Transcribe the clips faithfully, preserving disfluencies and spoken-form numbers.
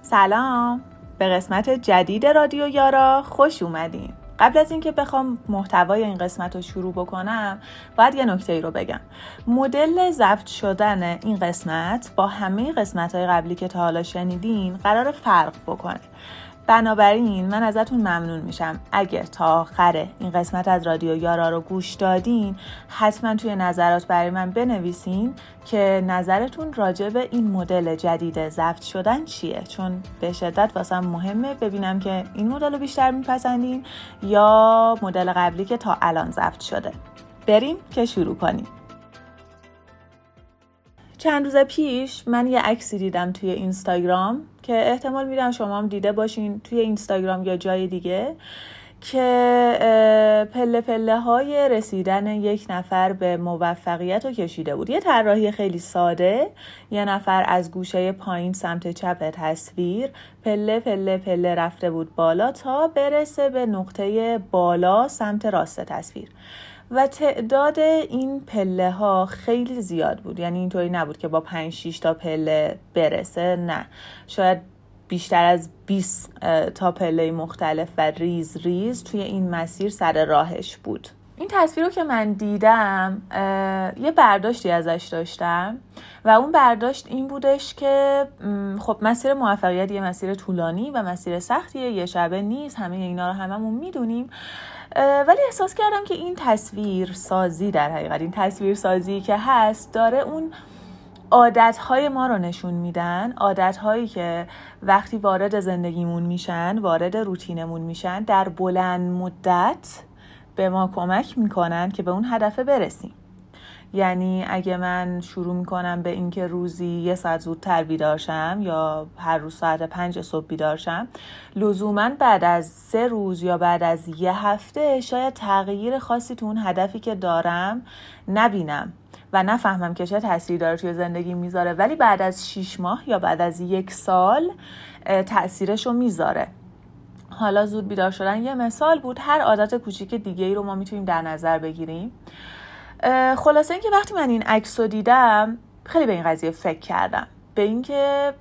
سلام، به قسمت جدید رادیو یارا خوش اومدین. قبل از اینکه بخوام محتوای این قسمت رو شروع بکنم باید یه نکته ای رو بگم. مدل ضبط شدن این قسمت با همه قسمت‌های قبلی که تا حالا شنیدین قرار فرق بکنه. بنابراین من ازتون ممنون میشم اگه تا آخر این قسمت از رادیو یارا رو گوش دادین حتما توی نظرات برای من بنویسین که نظرتون راجع به این مدل جدید ضبط شدن چیه، چون به شدت واسم مهمه ببینم که این مدل رو بیشتر میپسندین یا مدل قبلی که تا الان ضبط شده. بریم که شروع کنیم. چند روز پیش من یه عکسی دیدم توی اینستاگرام که احتمال میدم شما هم دیده باشین توی اینستاگرام یا جای دیگه، که پله پله های رسیدن یک نفر به موفقیت رو کشیده بود. یه طراحی خیلی ساده، یه نفر از گوشه پایین سمت چپ تصویر پله پله پله رفته بود بالا تا برسه به نقطه بالا سمت راست تصویر و تعداد این پله ها خیلی زیاد بود. یعنی اینطوری نبود که با پنج شش تا پله برسه، نه، شاید بیشتر از بیست تا پله مختلف و ریز ریز توی این مسیر سر راهش بود. این تصویر رو که من دیدم یه برداشتی ازش داشتم و اون برداشت این بودش که خب مسیر موفقیت یه مسیر طولانی و مسیر سختیه، یه شبه نیست، همه اینا رو هممون میدونیم، ولی احساس کردم که این تصویر سازی در حقیقت این تصویر سازی که هست داره اون عادتهای ما رو نشون میدن، عادتهایی که وقتی وارد زندگیمون میشن، وارد روتینمون میشن، در بلند مدت به ما کمک میکنن که به اون هدف برسیم. یعنی اگه من شروع میکنم به اینکه روزی یه ساعت زودتر بیدار شم یا هر روز ساعت پنج صبح بیدار شم، لزوماً بعد از سه روز یا بعد از یه هفته شاید تغییر خاصی تو اون هدفی که دارم نبینم و نفهمم که چه تأثیری داره توی زندگی میذاره، ولی بعد از شش ماه یا بعد از یک سال تأثیرشو میذاره. حالا زود بیدار شدن یه مثال بود، هر عادت کوچیک دیگه ای رو ما میتونیم در نظر بگیریم. خلاصه اینکه وقتی من این عکس رو دیدم خیلی به این قضیه فکر کردم، به اینکه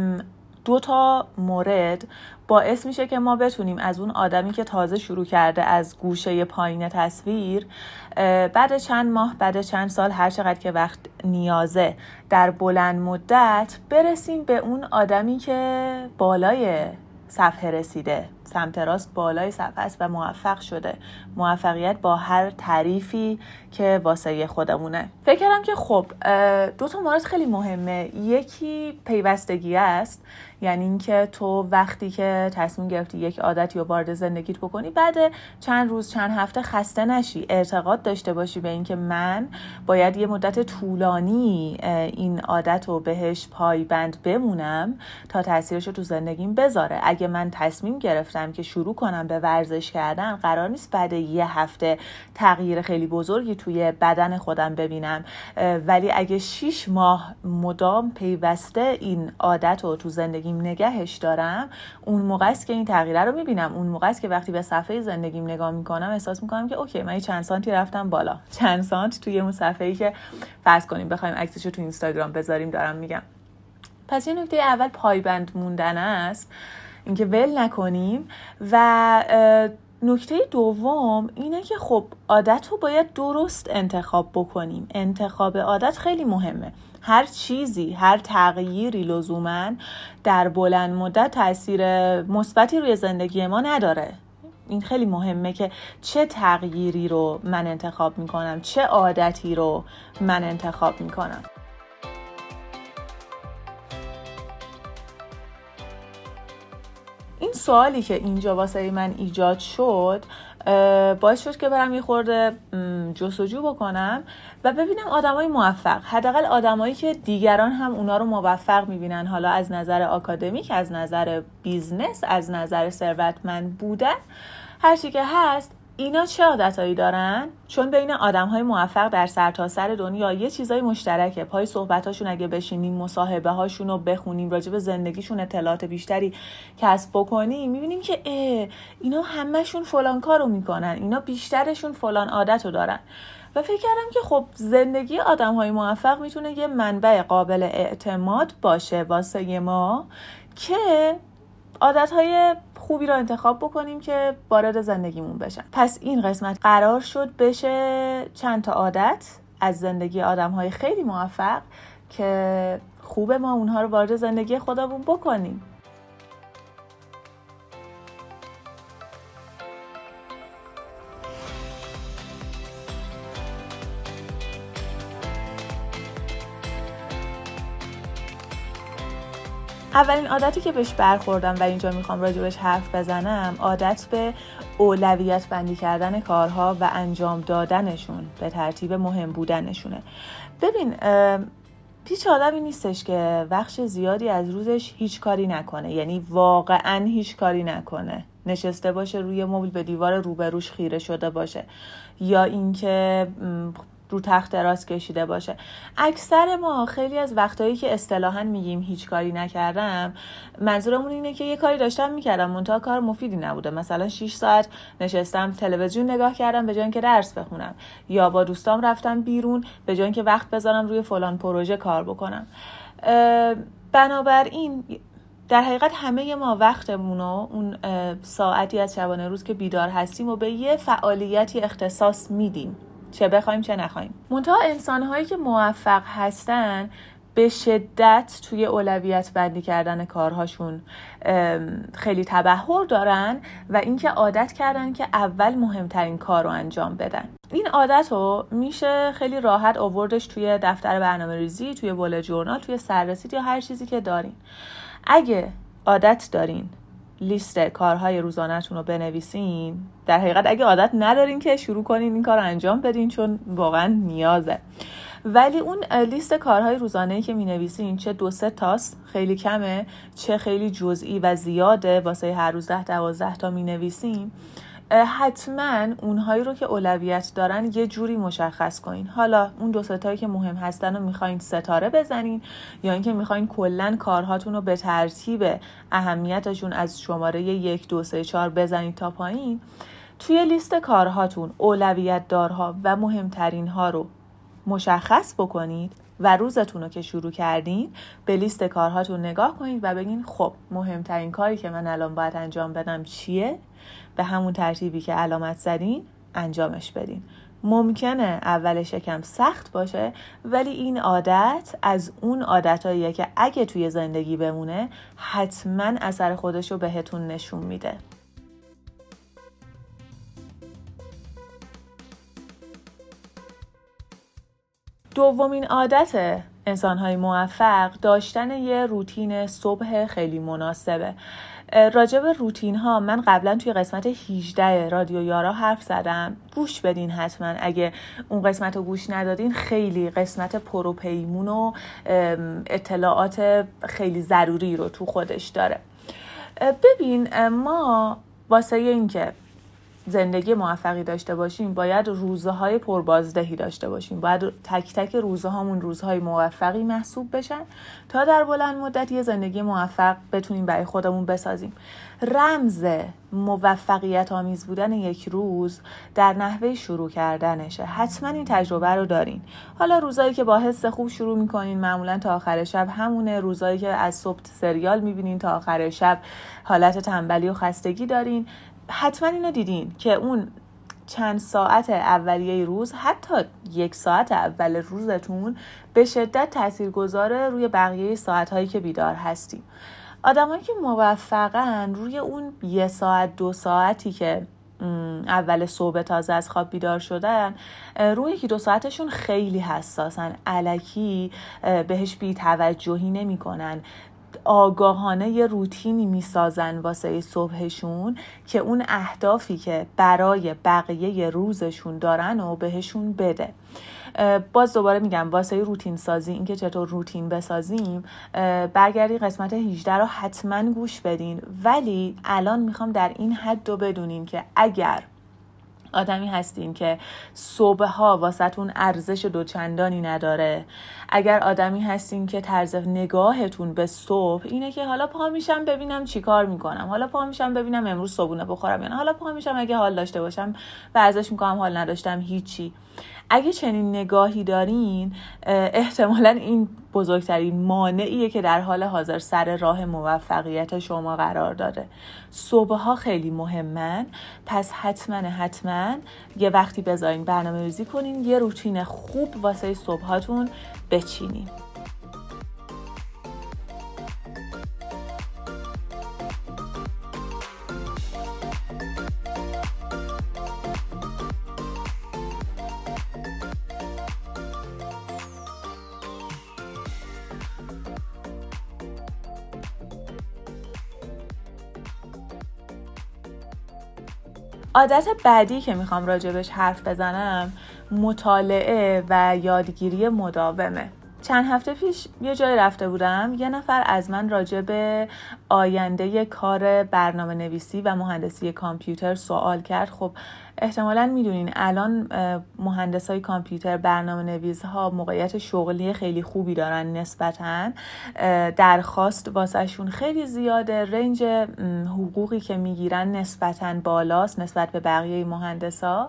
دو تا مورد باعث میشه که ما بتونیم از اون آدمی که تازه شروع کرده از گوشه پایین تصویر بعد چند ماه، بعد چند سال، هر چقدر که وقت نیازه، در بلند مدت برسیم به اون آدمی که بالای صفحه رسیده، سمت راست بالای صفحه است و موفق شده. موفقیت با هر تعریفی که واسه خودمونه. فکر کردم که خب دو تا مورد خیلی مهمه. یکی پیوستگی است، یعنی اینکه تو وقتی که تصمیم گرفتی یک عادتی رو وارد زندگیت بکنی، بعد چند روز چند هفته خسته نشی، اعتقاد داشته باشی به اینکه من باید یه مدت طولانی این عادت رو بهش پایبند بمونم تا تاثیرش رو تو زندگیم بذاره. اگه من تصمیم گرفتم که شروع کنم به ورزش کردن، قرار نیست بعد یه هفته تغییر خیلی بزرگی توی بدن خودم ببینم، ولی اگه شش ماه مدام پیوسته این عادت رو تو زندگیم نگهش دارم، اون موقع است که این تغییره رو میبینم. اون موقع است که وقتی به صفحه زندگیم نگاه میکنم احساس میکنم که اوکی، من چند سانتی رفتم بالا، چند سانت توی اون صفحه‌ای که فرض کنیم بخوایم عکسش رو تو اینستاگرام بذاریم دارم میگم. پس این نکته اول پایبند موندن است، اینکه ول نکنیم. و نکته دوم اینه که خب عادت رو باید درست انتخاب بکنیم. انتخاب عادت خیلی مهمه. هر چیزی، هر تغییری لزوماً در بلند مدت تأثیر مثبتی روی زندگی ما نداره. این خیلی مهمه که چه تغییری رو من انتخاب میکنم، چه عادتی رو من انتخاب میکنم. این سوالی که اینجا واسه من ایجاد شد باعث شد که برم یه خورده جستجو بکنم و ببینم آدمای موفق، حداقل آدمایی که دیگران هم اونا رو موفق میبینن، حالا از نظر آکادمیک، از نظر بیزنس، از نظر ثروتمند بودن، هر چی که هست، اینا چه عادتایی دارن؟ چون بین آدم‌های موفق در سرتاسر دنیا یه چیزای مشترکه. پای صحبتاشون اگه بشینیم، مصاحبه هاشون رو بخونیم، راجع به زندگیشون اطلاعات بیشتری کسب بکنیم، می‌بینیم که اینا همه‌شون فلان کارو میکنن، اینا بیشترشون فلان عادتو دارن. و فکر کردم که خب زندگی آدم‌های موفق میتونه یه منبع قابل اعتماد باشه واسه ما که عادت‌های خوبی رو انتخاب بکنیم که وارد زندگیمون بشن. پس این قسمت قرار شد بشه چند تا عادت از زندگی آدم‌های خیلی موفق که خوبه ما اونها رو وارد زندگی خودمون بکنیم. اولین عادتی که بهش برخوردم و اینجا میخوام راجبش حرف بزنم، عادت به اولویت بندی کردن کارها و انجام دادنشون به ترتیب مهم بودنشونه. ببین هیچ آدمی نیستش که بخش زیادی از روزش هیچ کاری نکنه، یعنی واقعاً هیچ کاری نکنه، نشسته باشه روی مبل به دیوار روبروش خیره شده باشه یا اینکه رو تخت دراز کشیده باشه. اکثر ما خیلی از وقتایی که اصطلاحاً میگیم هیچ کاری نکردم، منظورمون اینه که یه کاری داشتم میکردم منتها کار مفیدی نبوده. مثلا شش ساعت نشستم تلویزیون نگاه کردم به جای اینکه درس بخونم، یا با دوستام رفتم بیرون به جای اینکه وقت بذارم روی فلان پروژه کار بکنم. بنابراین در حقیقت همه ما وقتمونو، اون ساعتی از شبانه روز که بیدار هستیم و به یه فعالیتی اختصاص میدیم، چه بخوایم چه نخوایم. منتها انسان‌هایی که موفق هستن به شدت توی اولویت بندی کردن کارهاشون خیلی تبحر دارن و اینکه عادت کردن که اول مهمترین کار رو انجام بدن. این عادت رو میشه خیلی راحت آوردش توی دفتر برنامه‌ریزی، توی بولت جورنال، توی سررسید یا هر چیزی که دارین. اگه عادت دارین لیست کارهای روزانه‌تون رو بنویسین، در حقیقت اگه عادت ندارین که شروع کنین این کار رو انجام بدین چون واقعا نیازه. ولی اون لیست کارهای روزانه‌ای که می‌نویسین، چه دو سه تاست خیلی کمه، چه خیلی جزئی و زیاده واسه هر روز ده دوازده تا می‌نویسین، حتما اونهایی رو که اولویت دارن یه جوری مشخص کنین. حالا اون دو سه تایی که مهم هستن رو میخواین ستاره بزنین یا اینکه میخواین کلن کارهاتون رو به ترتیب اهمیتشون از شماره یک دو سه چهار بزنین تا پایین، توی لیست کارهاتون اولویت دارها و مهمترین ها رو مشخص بکنید و روزتون رو که شروع کردین به لیست کارهاتون نگاه کنید و بگین خب مهمترین کاری که من الان باید انجام بدم چیه، به همون ترتیبی که علامت زدین انجامش بدین. ممکنه اولش یکم سخت باشه، ولی این عادت از اون عادتاییه که اگه توی زندگی بمونه حتما اثر خودشو بهتون نشون میده. دومین عادت انسان‌های موفق داشتن یه روتین صبح خیلی مناسبه. راجع به روتین ها من قبلا توی قسمت هجده رادیو یارا حرف زدم، گوش بدین حتما. اگه اون قسمت رو گوش ندادین خیلی قسمت پروپیمون و اطلاعات خیلی ضروری رو تو خودش داره. ببین ما واسه این که زندگی موفقی داشته باشیم باید روزهای پربازدهی داشته باشیم، باید تک تک روزهامون روزهای موفقی محسوب بشن تا در بلند مدت یه زندگی موفق بتونیم برای خودمون بسازیم. رمز موفقیت آمیز بودن یک روز در نحوه شروع کردنشه. حتما این تجربه رو دارین. حالا روزایی که با حس خوب شروع میکنین معمولا تا آخر شب همونه، روزایی که از صبح سریال میبینین تا آخر شب حالت تنبلی و خستگی دارین. حتما اینو دیدین که اون چند ساعت اولیه روز، حتی یک ساعت اول روزتون به شدت تاثیرگذاره روی بقیه ساعت‌هایی که بیدار هستیم. آدمایی که موفقن روی اون یه ساعت دو ساعتی که اول صبح تازه از خواب بیدار شدن، روی یکی دو ساعتشون خیلی حساسن، الکی بهش بی توجهی نمی کنن، آگاهانه یه روتینی میسازن واسه صبحشون که اون اهدافی که برای بقیه روزشون دارن و بهشون بده. باز دوباره میگم واسه روتین سازی، این که چطور روتین بسازیم، برگردی قسمت هجده رو حتما گوش بدین. ولی الان میخوام در این حد رو بدونین که اگر آدمی هستین که صبحها واسهتون ارزش دوچندانی نداره، اگر آدمی هستین که طرز نگاهتون به صبح اینه که حالا پا میشم ببینم چی کار میکنم، حالا پا میشم ببینم امروز صبحونه بخورم یا نه، حالا پا میشم اگه حال داشته باشم ورزش میکنم، حال نداشتم هیچی، اگه چنین نگاهی دارین احتمالاً این بزرگترین مانعیه که در حال حاضر سر راه موفقیت شما قرار داره. صبحها خیلی مهمن، پس حتما حتما یه وقتی بذارین برنامه‌ریزی کنین، یه روتین خوب واسه صبحاتون بچینین. عادت بعدی که میخوام راجبش حرف بزنم مطالعه و یادگیری مداومه. چند هفته پیش یه جای رفته بودم، یه نفر از من راجب آینده کار برنامه نویسی و مهندسی کامپیوتر سوال کرد. خب احتمالاً میدونین الان مهندسای کامپیوتر، برنامه نویس ها موقعیت شغلی خیلی خوبی دارن، نسبتاً درخواست واسهشون خیلی زیاده، رنج حقوقی که میگیرن نسبتاً بالاست نسبت به بقیه مهندسا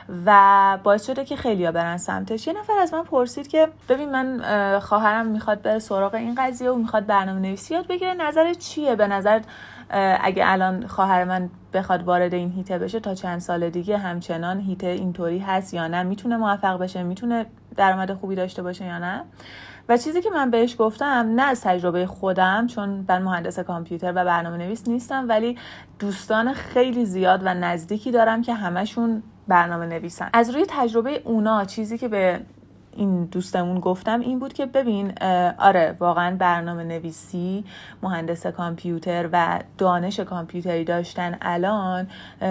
و باعث شده که خیلیا برن سمتش. یه نفر از من پرسید که ببین من خواهرم میخواد بره سراغ این قضیه و میخواد برنامه نویسی یاد بگیره، نظرت چیه؟ به نظرت اگه الان خواهر من بخواد وارد این هیته بشه تا چند سال دیگه همچنان هیته اینطوری هست یا نه؟ میتونه موفق بشه؟ میتونه درآمد خوبی داشته باشه یا نه؟ و چیزی که من بهش گفتم، نه از تجربه خودم چون من مهندس کامپیوتر و برنامه نویس نیستم، ولی دوستان خیلی زیاد و نزدیکی دارم که همشون برنامه نویسن. از روی تجربه اونا چیزی که به این دوستمون گفتم این بود که ببین آره واقعا برنامه نویسی، مهندس کامپیوتر و دانش کامپیوتری داشتن الان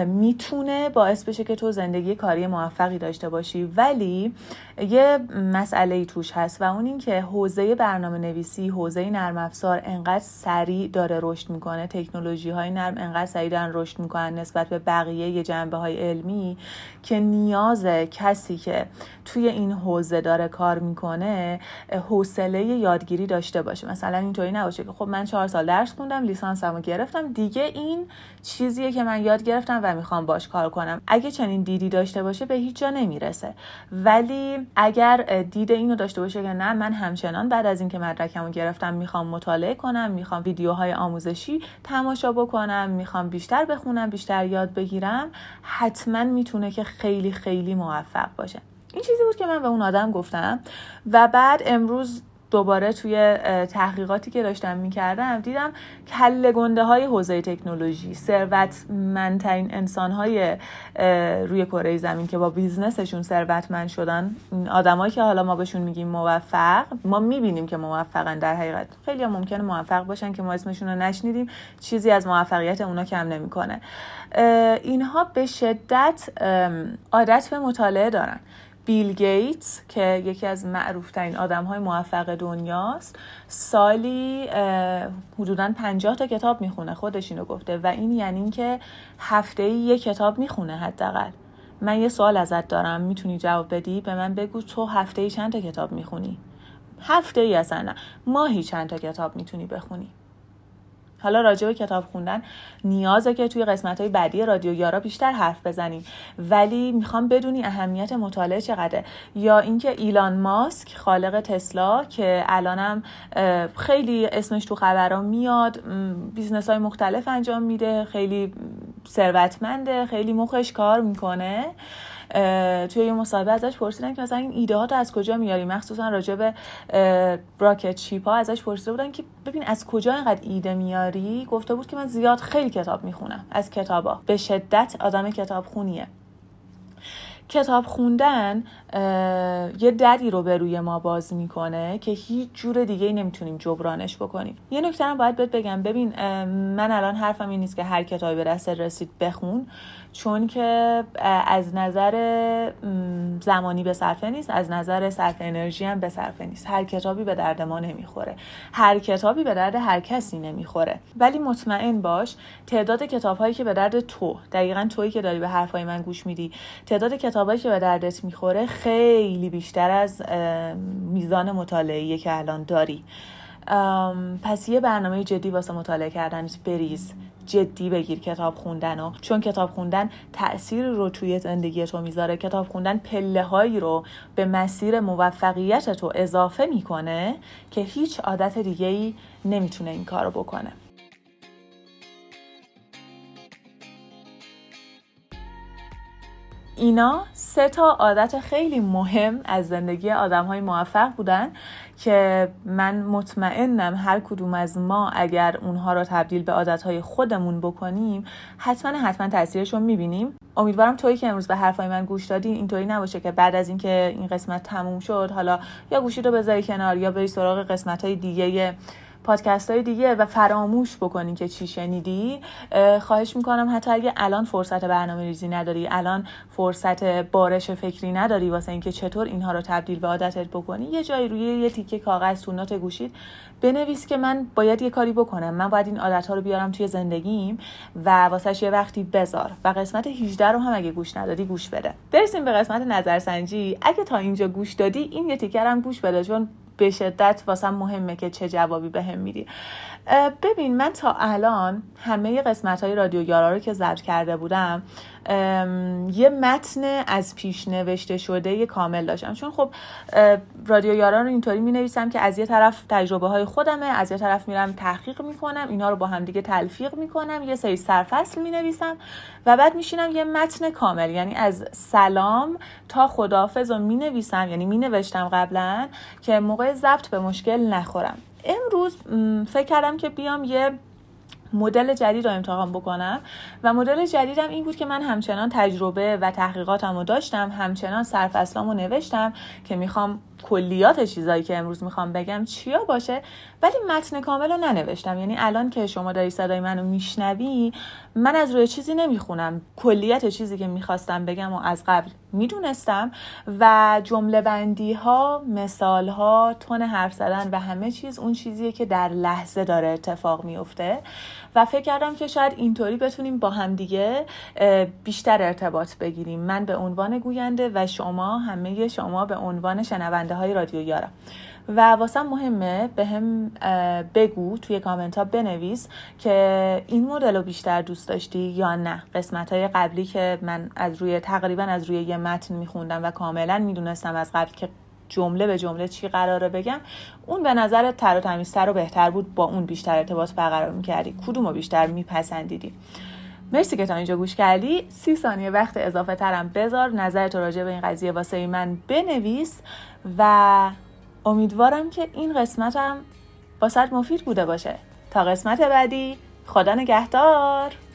میتونه باعث بشه که تو زندگی کاری موفقی داشته باشی، ولی یه مسئله توش هست و اون این که حوزه برنامه نویسی، حوزه نرم افزار انقدر سریع داره رشد میکنه، تکنولوژی های نرم انقدر سریع دارن رشد میکنن نسبت به بقیه جنبه های علمی که نیاز کسی که توی این حوزه داره کار میکنه حوصله یادگیری داشته باشه. مثلا اینطوری نباشه که خب من چهار سال درس خوندم، لیسانسمو گرفتم، دیگه این چیزیه که من یاد گرفتم و میخوام باش کار کنم. اگه چنین دیدی داشته باشه به هیچ جا نمیرسه. ولی اگر دید اینو داشته باشه که نه من همچنان بعد از اینکه مدرکمو گرفتم میخوام مطالعه کنم، میخوام ویدیوهای آموزشی تماشا بکنم، میخوام بیشتر بخونم، بیشتر یاد بگیرم، حتما میتونه که خیلی خیلی موفق باشه. این چیزی بود که من به اون آدم گفتم و بعد امروز دوباره توی تحقیقاتی که داشتم میکردم دیدم کله گنده های حوزه تکنولوژی، ثروتمندترین انسان های روی کره زمین که با بیزنسشون ثروتمند شدن، آدمایی که حالا ما بهشون میگیم موفق، ما میبینیم که موفقن، در حقیقت خیلی هم ممکنه موفق باشن که ما اسمشون رو نشنیدیم، چیزی از موفقیت اونا کم نمیکنه. اینها به شدت عادت به مطالعه دارن. بیل گیتس که یکی از معروفترین آدم‌های موفق دنیاست، سالی حدوداً پنجاه تا کتاب میخونه، خودش اینو گفته، و این یعنی که هفته‌ای یک کتاب میخونه حداقل. من یه سوال ازت دارم، میتونی جواب بدی؟ به من بگو تو هفته‌ای چند تا کتاب میخونی؟ هفته‌ای اصلا نه، ماهی چند تا کتاب میتونی بخونی؟ حالا راجع به کتاب خوندن نیازه که توی قسمت‌های بعدی رادیو یارا بیشتر حرف بزنیم، ولی میخوام بدونی اهمیت مطالعه چقدره. یا اینکه ایلان ماسک خالق تسلا که الانم خیلی اسمش تو خبرها میاد، بیزنس‌های مختلف انجام میده، خیلی ثروتمنده، خیلی مخش کار میکنه، توی یه مصاحبه ازش پرسیدن که مثلا این ایده ها تو از کجا میاری، مخصوصا راجع به راکت شیپ ها ازش پرسیده بودن که ببین از کجا اینقدر ایده میاری. گفته بود که من زیاد خیلی کتاب میخونم، از کتابا، به شدت آدم کتاب خونیه. کتاب خوندن یه دری رو به روی ما باز میکنه که هیچ جور دیگه نمیتونیم جبرانش بکنیم. یه نکته هم باید بهت بگم، ببین من الان حرفم این نیست که هر کتابی به دست رسید بخون، چون که از نظر زمانی به صرفه نیست، از نظر صرف انرژی هم به صرفه نیست. هر کتابی به درد ما نمیخوره، هر کتابی به درد هر کسی نمیخوره، ولی مطمئن باش تعداد کتاب‌هایی که به درد تو، دقیقاً تویی که داری به حرفای من گوش میدی، تعداد کتابایی که به دردت میخوره خیلی بیشتر از میزان مطالعه‌ای که الان داری. پس یه برنامه جدی واسه مطالعه کردنت بریز، جدی بگیر کتاب خوندنو، چون کتاب خوندن تأثیر رو توی زندگی تو میذاره. کتاب خوندن پله هایی رو به مسیر موفقیت تو اضافه میکنه که هیچ عادت دیگه‌ای نمیتونه این کارو بکنه. اینا سه تا عادت خیلی مهم از زندگی آدم‌های موفق بودن که من مطمئنم هر کدوم از ما اگر اونها رو تبدیل به عادت‌های خودمون بکنیم حتما حتما تاثیرش رو می‌بینیم. امیدوارم تویی که امروز به حرفای من گوش دادی اینطوری نباشه که بعد از اینکه این قسمت تموم شد حالا یا گوشی رو بذاری کنار یا بری سراغ قسمت‌های دیگه پادکست های دیگه و فراموش بکنی که چی شنیدی. خواهش میکنم حتی اگه الان فرصت برنامه ریزی نداری، الان فرصت بارش فکری نداری واسه اینکه چطور اینها رو تبدیل به عادتت بکنی، یه جایی روی یه تیکه کاغذ تو نوت گوشیت بنویس که من باید یه کاری بکنم، من باید این عادت ها رو بیارم توی زندگیم و واسهش یه وقتی بذار. و قسمت هجده رو هم اگه گوش ندادی گوش بده. برسیم به قسمت نظرسنجی. اگه تا اینجا گوش دادی این یه تیکه هم گوش بده، چون به شدت واسم مهمه که چه جوابی بهم میدی. ببین من تا الان همه قسمت‌های رادیو یارا رو که ضبط کرده بودم یه متن از پیش نوشته شده یه کامل داشتم، چون خب رادیو یارا رو اینطوری می‌نویسم که از یه طرف تجربه‌های خودمه، از یه طرف میرم تحقیق میکنم، اینا رو با هم دیگه تلفیق میکنم، یه سری سرفصل مینویسم و بعد میشینم یه متن کامل، یعنی از سلام تا خداحافظ رو مینویسم، یعنی مینوشتم قبلا که موقع ضبط به مشکل نخورم. امروز فکر کردم که بیام یه مدل جدید رو امتحان بکنم و مدل جدیدم این بود که من همچنان تجربه و تحقیقاتم رو داشتم، همچنان سرفصلام رو نوشتم که میخوام کلیات چیزایی که امروز میخوام بگم چیا باشه، ولی متن کامل رو ننوشتم. یعنی الان که شما داری صدای منو میشنوی من از روی چیزی نمیخونم، کلیت چیزی که میخواستم بگم و از قبل میدونستم و جمله بندی ها، مثال ها، تون حرف زدن و همه چیز اون چیزیه که در لحظه داره اتفاق میفته و فکر کردم که شاید اینطوری بتونیم با هم دیگه بیشتر ارتباط بگیریم، من به عنوان گوینده و شما همه شما به عنوان شنونده های رادیو یارا. و واسم مهمه به هم بگو توی کامنت ها بنویس که این مدل رو بیشتر دوست داشتی یا نه. قسمت های قبلی که من از روی تقریبا از روی یه متن میخوندم و کاملا میدونستم از قبل که جمله به جمله چی قراره بگم، اون به نظر تر و تمیزتر و بهتر بود، با اون بیشتر ارتباط برقرار میکردی، کدوم رو بیشتر میپسندیدی؟ مرسی که تا اینجا گوش کردی. سی ثانیه وقت اضافه ترم بذار، نظرت راجع به این قضیه واسه من بنویس و امیدوارم که این قسمتم واسه مفید بوده باشه. تا قسمت بعدی، خدا نگهدار.